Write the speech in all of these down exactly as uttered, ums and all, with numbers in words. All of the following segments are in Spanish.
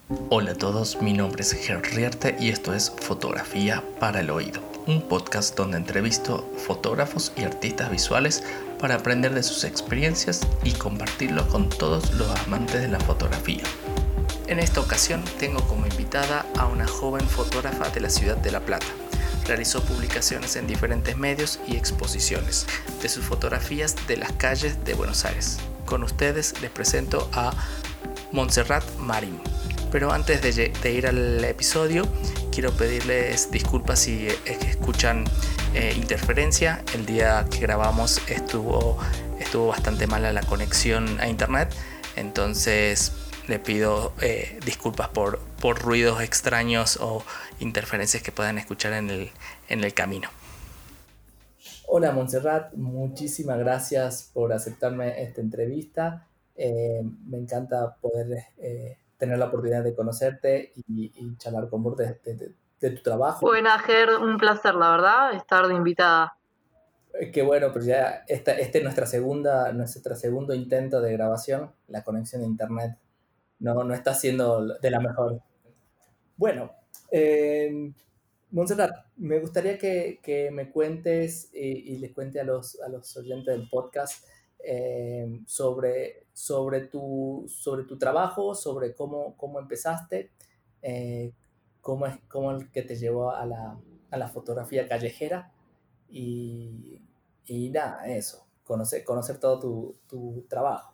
Hola a todos, mi nombre es Ger Rierte y esto es Fotografía para el Oído, un podcast donde entrevisto fotógrafos y artistas visuales para aprender de sus experiencias y compartirlo con todos los amantes de la fotografía. En esta ocasión tengo como invitada a una joven fotógrafa de la ciudad de La Plata. Realizó publicaciones en diferentes medios y exposiciones de sus fotografías de las calles de Buenos Aires. Con ustedes les presento a Montserrat Marín. Pero antes de, de ir al episodio, quiero pedirles disculpas si escuchan eh, interferencia. El día que grabamos estuvo, estuvo bastante mala la conexión a internet, entonces le pido eh, disculpas por, por ruidos extraños o interferencias que puedan escuchar en el, en el camino. Hola Montserrat, muchísimas gracias por aceptarme esta entrevista. Eh, me encanta poder eh, tener la oportunidad de conocerte y, y charlar con vos de, de, de, de tu trabajo. Buena, Ger, un placer, la verdad, estar de invitada. Eh, qué bueno, pero ya esta, este es nuestra segunda, nuestro segundo intento de grabación. La conexión a internet no, no está siendo de la mejor. Bueno, eh, Montserrat, me gustaría que, que me cuentes y, y les cuente a los, a los oyentes del podcast eh, sobre, sobre, tu, sobre tu trabajo, sobre cómo, cómo empezaste, eh, cómo es cómo el que te llevó a la, a la fotografía callejera y, y nada, eso, conocer, conocer todo tu, tu trabajo.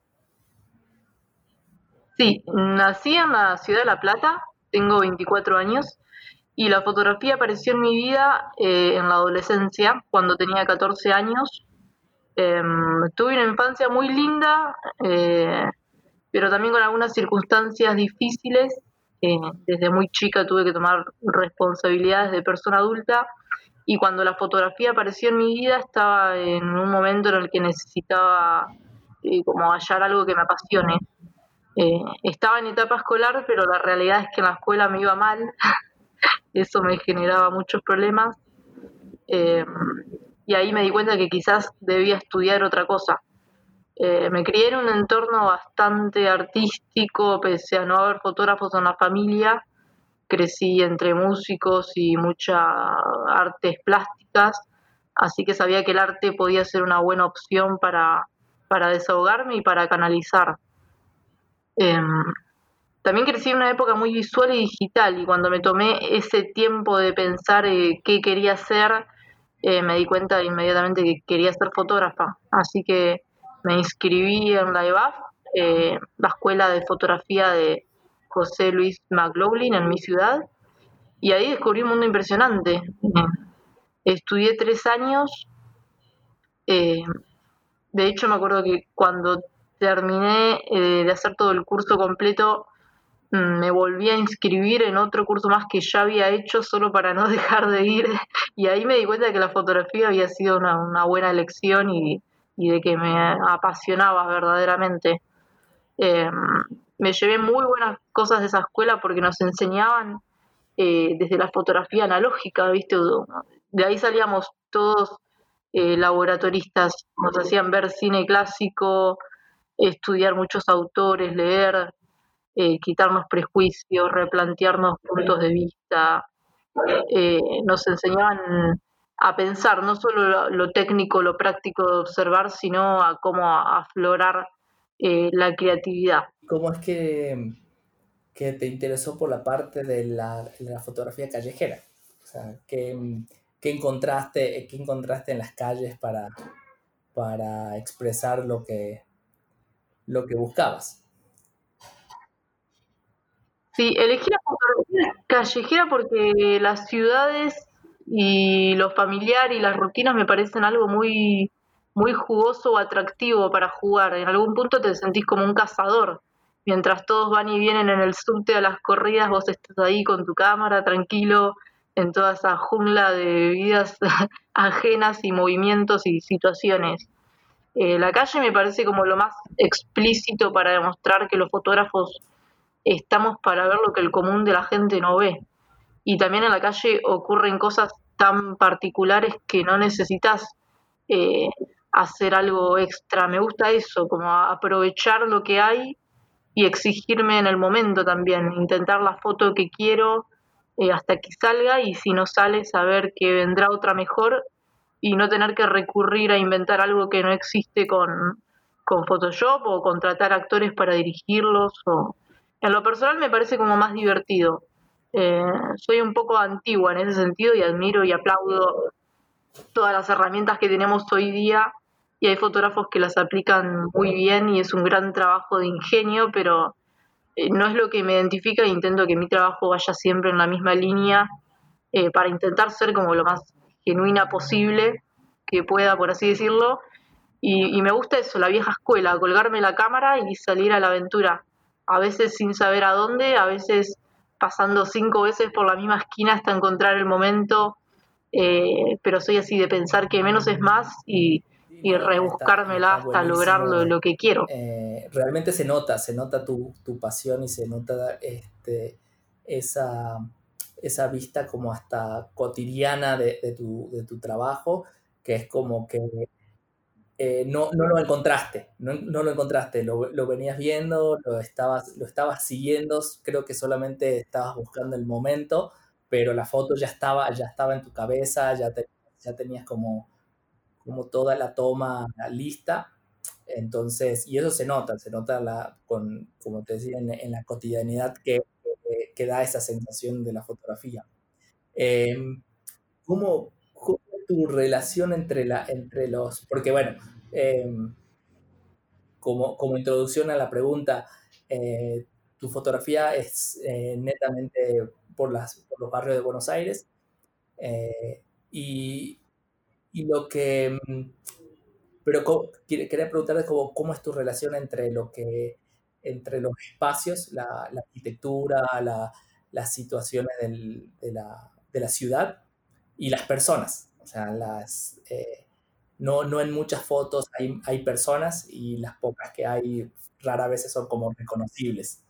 Sí, nací en la ciudad de La Plata, tengo veinticuatro años. Y la fotografía apareció en mi vida eh, en la adolescencia, cuando tenía catorce años. Eh, tuve una infancia muy linda, eh, pero también con algunas circunstancias difíciles. Eh, desde muy chica tuve que tomar responsabilidades de persona adulta y cuando la fotografía apareció en mi vida estaba en un momento en el que necesitaba eh, como hallar algo que me apasione. Eh, estaba en etapa escolar, pero la realidad es que en la escuela me iba mal. Eso me generaba muchos problemas eh, y ahí me di cuenta que quizás debía estudiar otra cosa. Eh, me crié en un entorno bastante artístico, pese a no haber fotógrafos en la familia. Crecí entre músicos y muchas artes plásticas, así que sabía que el arte podía ser una buena opción para, para desahogarme y para canalizar. Eh, También crecí en una época muy visual y digital y cuando me tomé ese tiempo de pensar eh, qué quería hacer, eh, me di cuenta inmediatamente que quería ser fotógrafa. Así que me inscribí en la E B A F, eh, la escuela de fotografía de José Luis McLaughlin en mi ciudad, y ahí descubrí un mundo impresionante. Eh, estudié tres años, eh, de hecho me acuerdo que cuando terminé eh, de hacer todo el curso completo, me volví a inscribir en otro curso más que ya había hecho solo para no dejar de ir y ahí me di cuenta de que la fotografía había sido una, una buena elección y, y de que me apasionaba verdaderamente. Eh, Me llevé muy buenas cosas de esa escuela porque nos enseñaban eh, desde la fotografía analógica, ¿viste? De ahí salíamos todos eh, laboratoristas, nos hacían ver cine clásico, estudiar muchos autores, leer, eh, quitarnos prejuicios, replantearnos puntos de vista. Eh, nos enseñaban a pensar no solo lo, lo técnico, lo práctico de observar, sino a cómo aflorar eh, la creatividad. ¿Cómo es que, que te interesó por la parte de la, de la fotografía callejera? O sea, ¿qué, qué encontraste, qué encontraste en las calles para, para expresar lo que, lo que buscabas? Sí, elegí la fotografía callejera porque las ciudades y lo familiar y las rutinas me parecen algo muy, muy jugoso o atractivo para jugar. En algún punto te sentís como un cazador. Mientras todos van y vienen en el subte a las corridas, vos estás ahí con tu cámara, tranquilo, en toda esa jungla de vidas ajenas y movimientos y situaciones. Eh, la calle me parece como lo más explícito para demostrar que los fotógrafos estamos para ver lo que el común de la gente no ve. Y también en la calle ocurren cosas tan particulares que no necesitas eh, hacer algo extra. Me gusta eso, como aprovechar lo que hay y exigirme en el momento también, intentar la foto que quiero eh, hasta que salga, y si no sale, saber que vendrá otra mejor y no tener que recurrir a inventar algo que no existe con, con Photoshop o contratar actores para dirigirlos. O... En lo personal me parece como más divertido. Eh, soy un poco antigua en ese sentido y admiro y aplaudo todas las herramientas que tenemos hoy día, y hay fotógrafos que las aplican muy bien y es un gran trabajo de ingenio, pero eh, no es lo que me identifica, e intento que mi trabajo vaya siempre en la misma línea eh, para intentar ser como lo más genuina posible que pueda, por así decirlo. Y, y me gusta eso, la vieja escuela, colgarme la cámara y salir a la aventura. A veces sin saber a dónde, a veces pasando cinco veces por la misma esquina hasta encontrar el momento, eh, pero soy así de pensar que menos es más y, Sí, y no, y está, y rebuscármela está hasta lograr lo, buenísimo. lo que quiero. Eh, realmente se nota, se nota tu, tu pasión y se nota este, esa, esa vista como hasta cotidiana de, de tu, de tu trabajo, que es como que eh, no, no lo encontraste, no, no lo encontraste, lo, lo venías viendo, lo estabas, lo estabas siguiendo, creo que solamente estabas buscando el momento, pero la foto ya estaba, ya estaba en tu cabeza, ya, te- ya tenías como, como toda la toma lista. Entonces, y eso se nota, se nota la, con, como te decía, en, en la cotidianidad que, que, que da esa sensación de la fotografía. Eh, ¿cómo, ¿Cómo es tu relación entre, la, entre los... Porque bueno, eh, como, como introducción a la pregunta, eh, tu fotografía es eh, netamente por, las, por los barrios de Buenos Aires, eh, y, y lo que... mm, Pero co- quería quería preguntarte cómo, cómo es tu relación entre lo que, entre los espacios, la, la arquitectura, la- las situaciones del- de la, de la ciudad y las personas. O sea, las, eh, no, no en muchas fotos hay, hay personas y las pocas que hay rara vez son como reconocibles.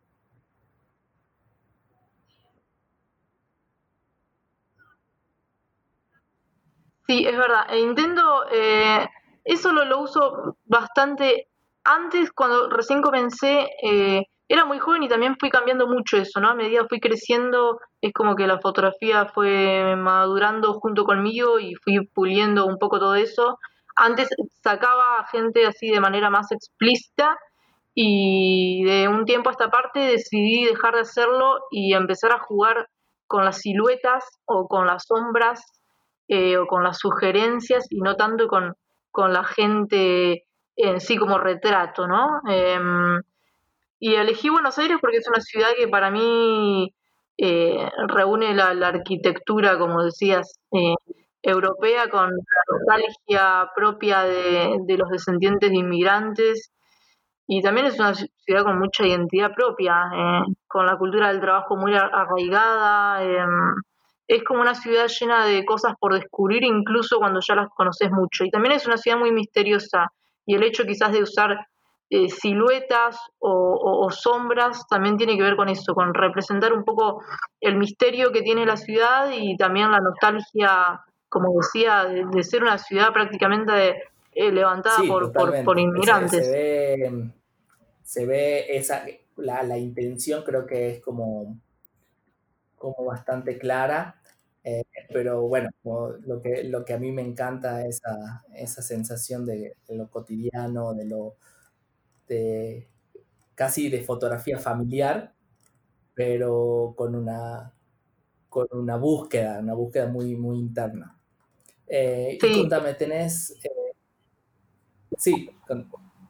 Sí, es verdad. E intento, eh, eso lo, lo uso bastante. Antes, cuando recién comencé, eh, era muy joven y también fui cambiando mucho eso, ¿no? A medida fui creciendo, es como que la fotografía fue madurando junto conmigo y fui puliendo un poco todo eso. Antes sacaba a gente así de manera más explícita, y de un tiempo a esta parte decidí dejar de hacerlo y empezar a jugar con las siluetas o con las sombras, eh, o con las sugerencias, y no tanto con, con la gente en sí como retrato, ¿no? Eh, y elegí Buenos Aires porque es una ciudad que para mí eh, reúne la, la arquitectura, como decías, eh, europea, con la nostalgia propia de, de los descendientes de inmigrantes, y también es una ciudad con mucha identidad propia, eh, con la cultura del trabajo muy arraigada. Eh, es como una ciudad llena de cosas por descubrir, incluso cuando ya las conoces mucho. Y también es una ciudad muy misteriosa. Y el hecho quizás de usar eh, siluetas o, o, o sombras también tiene que ver con eso, con representar un poco el misterio que tiene la ciudad, y también la nostalgia, como decía, de, de ser una ciudad prácticamente eh, levantada Sí, por, por, por totalmente. Se, se inmigrantes. ve, se ve esa, la, la intención creo que es como como bastante clara, eh, pero bueno, como lo que, lo que a mí me encanta es esa, esa sensación de, de lo cotidiano, de lo de casi de fotografía familiar, pero con una, con una búsqueda, una búsqueda muy, muy interna. Eh, y Sí, contame, tenés, eh, sí, con-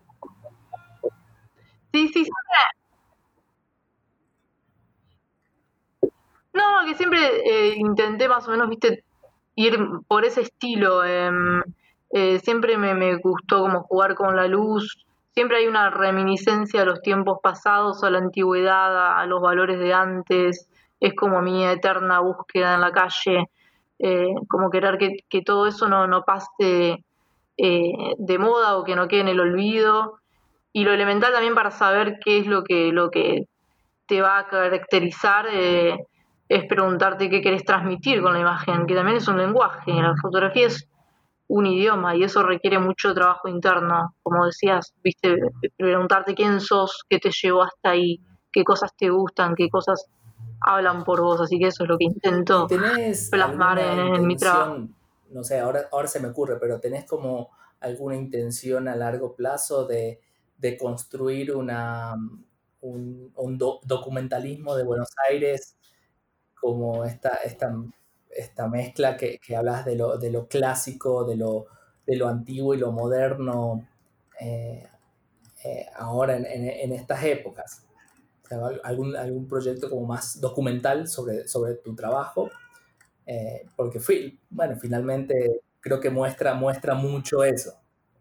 sí, sí. No, que siempre eh, intenté más o menos, viste, ir por ese estilo. Eh, eh, siempre me, me gustó como jugar con la luz. Siempre hay una reminiscencia a los tiempos pasados, a la antigüedad, a, a los valores de antes. Es como mi eterna búsqueda en la calle, eh, como querer que, que todo eso no, no pase eh, de moda o que no quede en el olvido. Y lo elemental también para saber qué es lo que, lo que te va a caracterizar, eh, es preguntarte qué querés transmitir con la imagen, que también es un lenguaje. La fotografía es un idioma y eso requiere mucho trabajo interno, como decías, viste, preguntarte quién sos, qué te llevó hasta ahí, qué cosas te gustan, qué cosas hablan por vos, así que eso es lo que ¿Y intento tenés plasmar alguna en, en mi trabajo. intención, no sé, ahora, ahora se me ocurre, pero tenés como alguna intención a largo plazo de, de construir una, un, un do- documentalismo de Buenos Aires, como esta, esta, esta mezcla que, que hablas de lo, de lo clásico, de lo, de lo antiguo y lo moderno, eh, eh, ahora en, en- en estas épocas? O sea, algún, algún proyecto como más documental sobre, sobre tu trabajo, eh, porque fui, bueno, finalmente creo que muestra, muestra mucho eso.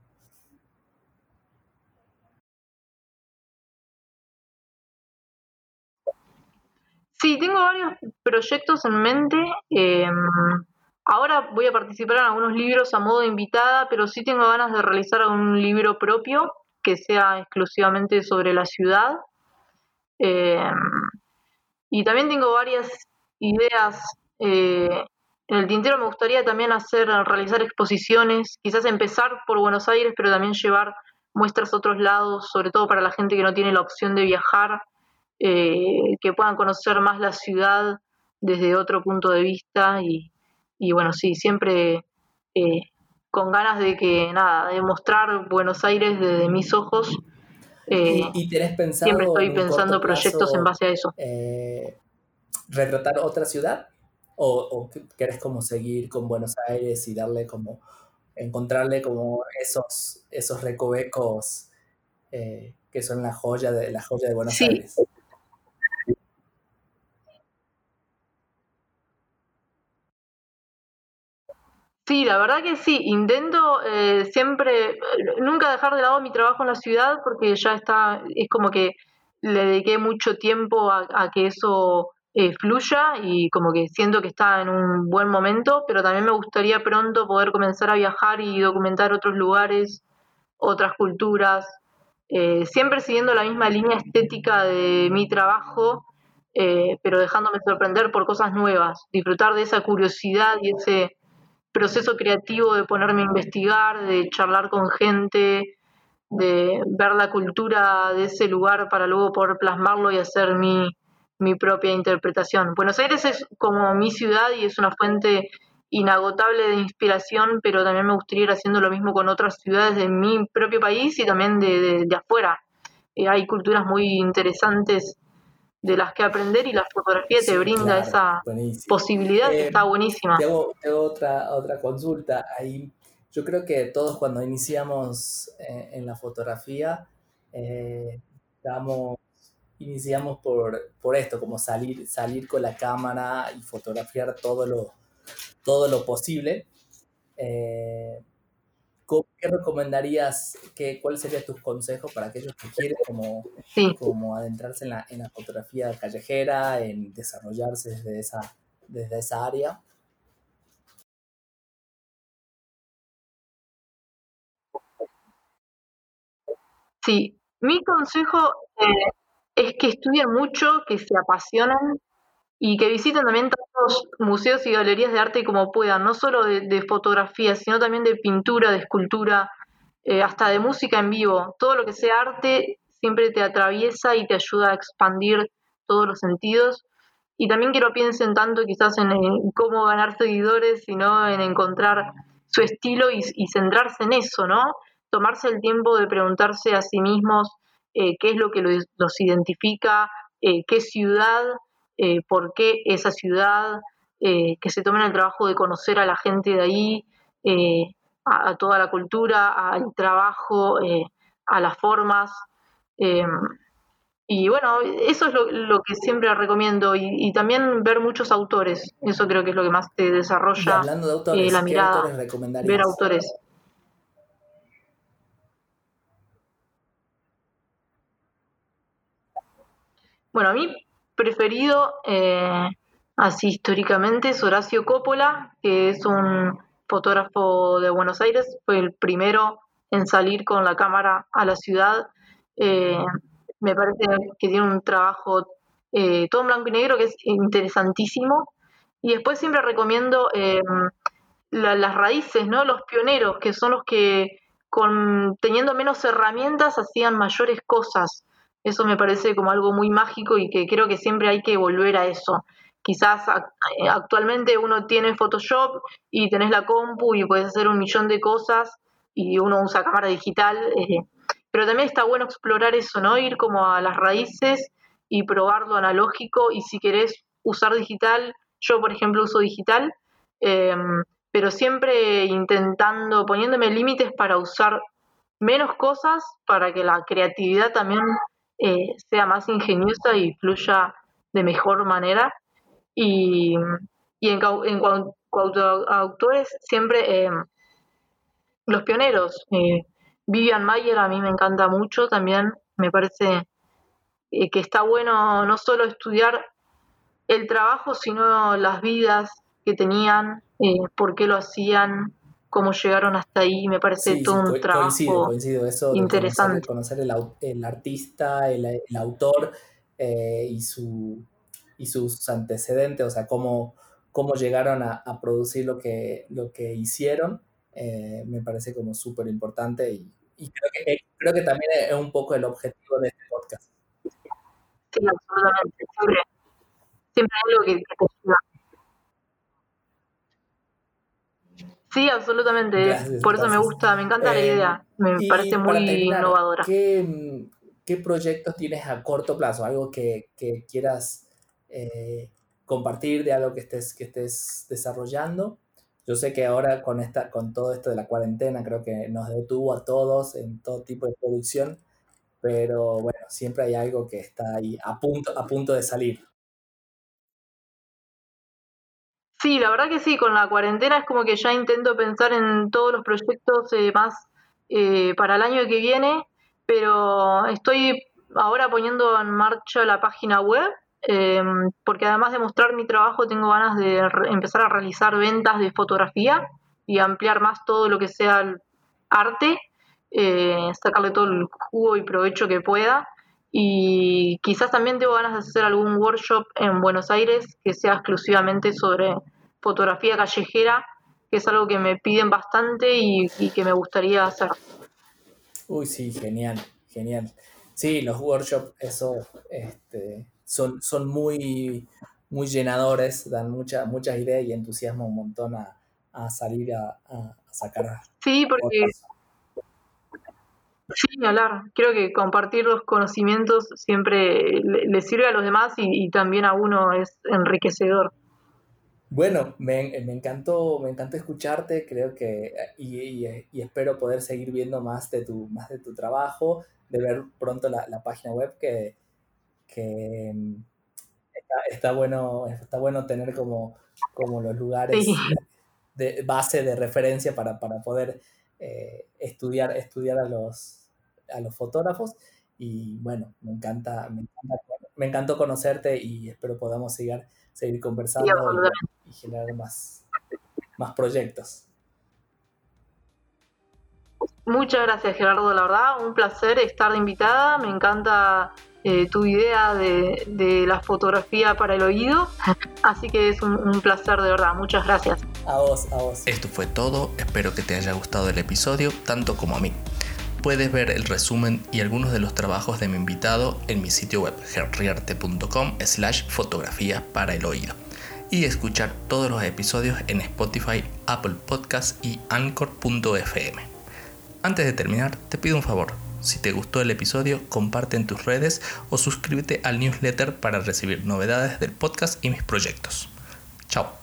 Sí, tengo varios proyectos en mente. eh, ahora voy a participar en algunos libros a modo de invitada, pero sí tengo ganas de realizar un libro propio que sea exclusivamente sobre la ciudad. Eh, y también tengo varias ideas eh, en el tintero. Me gustaría también hacer, realizar exposiciones, quizás empezar por Buenos Aires, pero también llevar muestras a otros lados, sobre todo para la gente que no tiene la opción de viajar, eh, que puedan conocer más la ciudad desde otro punto de vista y, y bueno, sí, siempre eh, con ganas de que, nada, de mostrar Buenos Aires desde mis ojos. eh, ¿Y, y tenés Siempre pensado en estoy un corto pensando proyectos en plazo base a eso. eh, retratar otra ciudad? ¿O, o querés como seguir con Buenos Aires y darle como, encontrarle como esos, esos recovecos eh, que son la joya de, la joya de Buenos Sí, Aires? sí, la verdad que sí. Intento eh, siempre, eh, nunca dejar de lado mi trabajo en la ciudad porque ya está, es como que le dediqué mucho tiempo a, a que eso eh, fluya y como que siento que está en un buen momento, pero también me gustaría pronto poder comenzar a viajar y documentar otros lugares, otras culturas, eh, siempre siguiendo la misma línea estética de mi trabajo, eh, pero dejándome sorprender por cosas nuevas, disfrutar de esa curiosidad y ese proceso creativo de ponerme a investigar, de charlar con gente, de ver la cultura de ese lugar para luego poder plasmarlo y hacer mi, mi propia interpretación. Buenos Aires es como mi ciudad y es una fuente inagotable de inspiración, pero también me gustaría ir haciendo lo mismo con otras ciudades de mi propio país y también de, de, de afuera. Eh, hay culturas muy interesantes de las que aprender y la fotografía te Sí, brinda claro, esa buenísimo. posibilidad que está Eh, buenísima. te hago, te hago otra, otra consulta. Ahí, yo creo que todos cuando iniciamos eh, en la fotografía, eh, estamos- iniciamos por, por esto, como salir, salir con la cámara y fotografiar todo lo, todo lo posible. Eh, ¿cómo- ¿Qué recomendarías? Qué, ¿cuáles serían tus consejos para aquellos que quieren como, Sí. como adentrarse en la, en la fotografía callejera, en desarrollarse desde esa, desde esa área? Sí, mi consejo eh, es que estudien mucho, que se apasionen y que visiten también tantos museos y galerías de arte como puedan, no solo de, de fotografía, sino también de pintura, de escultura, eh, hasta de música en vivo. Todo lo que sea arte siempre te atraviesa y te ayuda a expandir todos los sentidos. Y también que no piensen tanto quizás en, en cómo ganar seguidores, sino en encontrar su estilo y, y centrarse en eso, ¿no? Tomarse el tiempo de preguntarse a sí mismos eh, qué es lo que los, los identifica, eh, qué ciudad, eh, por qué esa ciudad, eh, que se tomen el trabajo de conocer a la gente de ahí, eh, a, a, toda la cultura, al trabajo, eh, a las formas. Eh, y bueno, eso es lo, lo que siempre recomiendo y, y, también ver muchos autores, eso creo que es lo que más te Y desarrolla hablando de eh, la autores, ¿qué mirada, autores ver recomendarías? autores. Bueno, a mí preferido, eh, así históricamente, es Horacio Coppola, que es un fotógrafo de Buenos Aires, fue el primero en salir con la cámara a la ciudad. Eh, Me parece que tiene un trabajo eh, todo en blanco y negro que es interesantísimo. Y después siempre recomiendo eh, la, las raíces, ¿no? Los pioneros, que son los que con teniendo menos herramientas hacían mayores cosas. Eso me parece como algo muy mágico y que creo que siempre hay que volver a eso. Quizás actualmente uno tiene Photoshop y tenés la compu y puedes hacer un millón de cosas y uno usa cámara digital, eh, pero también está bueno explorar eso, ¿no? Ir como a las raíces y probar lo analógico, y si querés usar digital, yo por ejemplo uso digital, eh, pero siempre intentando, poniéndome límites para usar menos cosas, para que la creatividad también eh, sea más ingeniosa y fluya de mejor manera. Y, y en, en cuanto a autores, siempre eh, los pioneros. Eh, Vivian Maier a mí me encanta mucho también, me parece eh, que está bueno no solo estudiar el trabajo, sino las vidas que tenían, eh, por qué lo hacían, cómo llegaron hasta ahí. Me parece Sí, todo sí, un co- trabajo coincido, coincido. Eso de conocer, interesante. conocer el, au- el artista, el, el autor eh, y, su, y sus antecedentes, o sea, cómo, cómo llegaron a, a producir lo que, lo que hicieron, eh, me parece como súper importante y, y creo que, creo que también es un poco el objetivo de este podcast. Sí, absolutamente. Siempre, siempre hay algo que, que te ayuda. Sí, absolutamente. Gracias, Por eso gracias. me gusta, me encanta la Eh, idea. Me y parece para muy terminar, innovadora. ¿qué, qué proyectos tienes a corto plazo? Algo que, que quieras eh, compartir de algo que estés, que estés desarrollando. Yo sé que ahora con, esta, con todo esto de la cuarentena creo que nos detuvo a todos en todo tipo de producción, pero bueno, siempre hay algo que está ahí a punto, a punto de salir. Sí, la verdad que sí, con la cuarentena es como que ya intento pensar en todos los proyectos eh, más eh, para el año que viene, pero estoy ahora poniendo en marcha la página web, eh, porque además de mostrar mi trabajo tengo ganas de re- empezar a realizar ventas de fotografía y ampliar más todo lo que sea el arte, eh, sacarle todo el jugo y provecho que pueda. Y quizás también tengo ganas de hacer algún workshop en Buenos Aires que sea exclusivamente sobre fotografía callejera, que es algo que me piden bastante y, y que me gustaría hacer. Uy, sí, genial, genial. Sí, los workshops, eso, este, son, son muy, muy llenadores, dan mucha, muchas ideas y entusiasma un montón a, a salir a, a, a sacar Sí, porque fotos. sí, ni hablar. Creo que compartir los conocimientos siempre le, le sirve a los demás y, y también a uno es enriquecedor. Bueno, me, me encantó, me encantó escucharte, creo que, y, y- y espero poder seguir viendo más de tu, más de tu trabajo, de ver pronto la, la página web que, que mm, está, está bueno, está bueno tener como, como los Sí, lugares de base de referencia para, para poder eh, estudiar, estudiar a los, a los fotógrafos. Y bueno, me encanta, me encanta- me encantó conocerte y espero podamos seguir, seguir sí, conversando y, absolutamente. y generar más, más proyectos. Muchas gracias, Gerardo, la verdad, un placer estar de invitada. Me encanta eh, tu idea de, de la fotografía para el oído, así que es un, un placer de verdad. Muchas gracias. A vos, a vos. Esto fue todo, espero que te haya gustado el episodio tanto como a mí. Puedes ver el resumen y algunos de los trabajos de mi invitado en mi sitio web gerriarte punto com slash fotografía para el oído y escuchar todos los episodios en Spotify, Apple Podcasts y Anchor punto f m. Antes de terminar, te pido un favor. Si te gustó el episodio, comparte en tus redes o suscríbete al newsletter para recibir novedades del podcast y mis proyectos. Chao.